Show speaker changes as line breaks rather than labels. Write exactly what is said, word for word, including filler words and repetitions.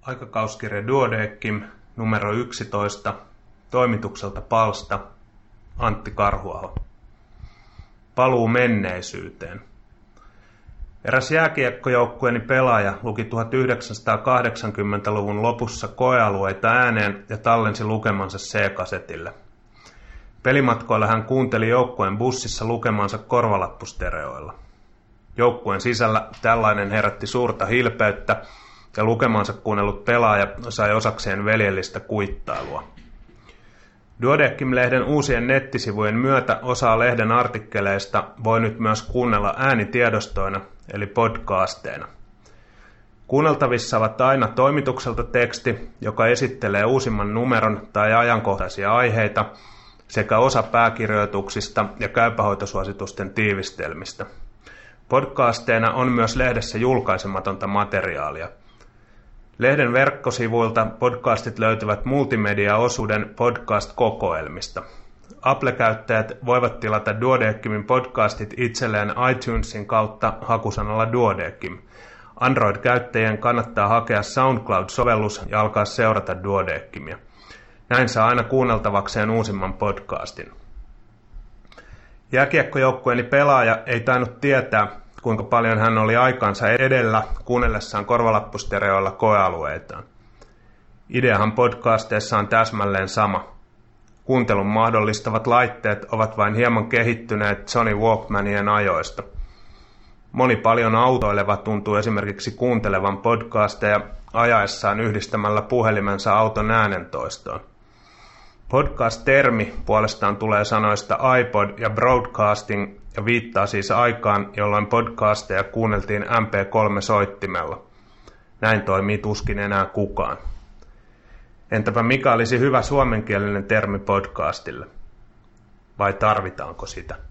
Aikakauskirja Duodeckim numero yksitoista, toimitukselta Palsta, Antti Karhuaho. Paluu menneisyyteen. Eräs jääkiekkojoukkueeni pelaaja luki tuhatyhdeksänsataakahdeksankymmentäluvun lopussa koealueita ääneen ja tallensi lukemansa C-kasetille. Pelimatkoilla hän kuunteli joukkueen bussissa lukemansa korvalappustereoilla. Joukkueen sisällä tällainen herätti suurta hilpeyttä ja lukemansa kuunnellut pelaaja sai osakseen veljellistä kuittailua. Duodeckim-lehden uusien nettisivujen myötä osaa lehden artikkeleista voi nyt myös kuunnella äänitiedostoina eli podcasteina. Kuunneltavissa ovat aina toimitukselta teksti, joka esittelee uusimman numeron tai ajankohtaisia aiheita, sekä osa pääkirjoituksista ja käypähoitosuositusten tiivistelmistä. Podcasteina on myös lehdessä julkaisematonta materiaalia. Lehden verkkosivuilta podcastit löytyvät multimedia-osuuden podcast-kokoelmista. Apple-käyttäjät voivat tilata Duodeckimin podcastit itselleen iTunesin kautta hakusanalla Duodeckim. Android-käyttäjien kannattaa hakea SoundCloud-sovellus ja alkaa seurata Duodeckimia. Näin saa aina kuunneltavakseen uusimman podcastin. Jääkiekkojoukkueeni pelaaja ei tainnut tietää, kuinka paljon hän oli aikansa edellä kuunnellessaan korvalappustereoilla koealueitaan. Ideahan podcasteissa on täsmälleen sama. Kuuntelun mahdollistavat laitteet ovat vain hieman kehittyneet Sony Walkmanien ajoista. Moni paljon autoileva tuntuu esimerkiksi kuuntelevan podcasteja ajaessaan yhdistämällä puhelimensa auton äänentoistoon. Podcast-termi puolestaan tulee sanoista iPod ja broadcasting ja viittaa siis aikaan, jolloin podcasteja kuunneltiin M P kolme soittimella. Näin toimii tuskin enää kukaan. Entäpä mikä olisi hyvä suomenkielinen termi podcastille? Vai tarvitaanko sitä?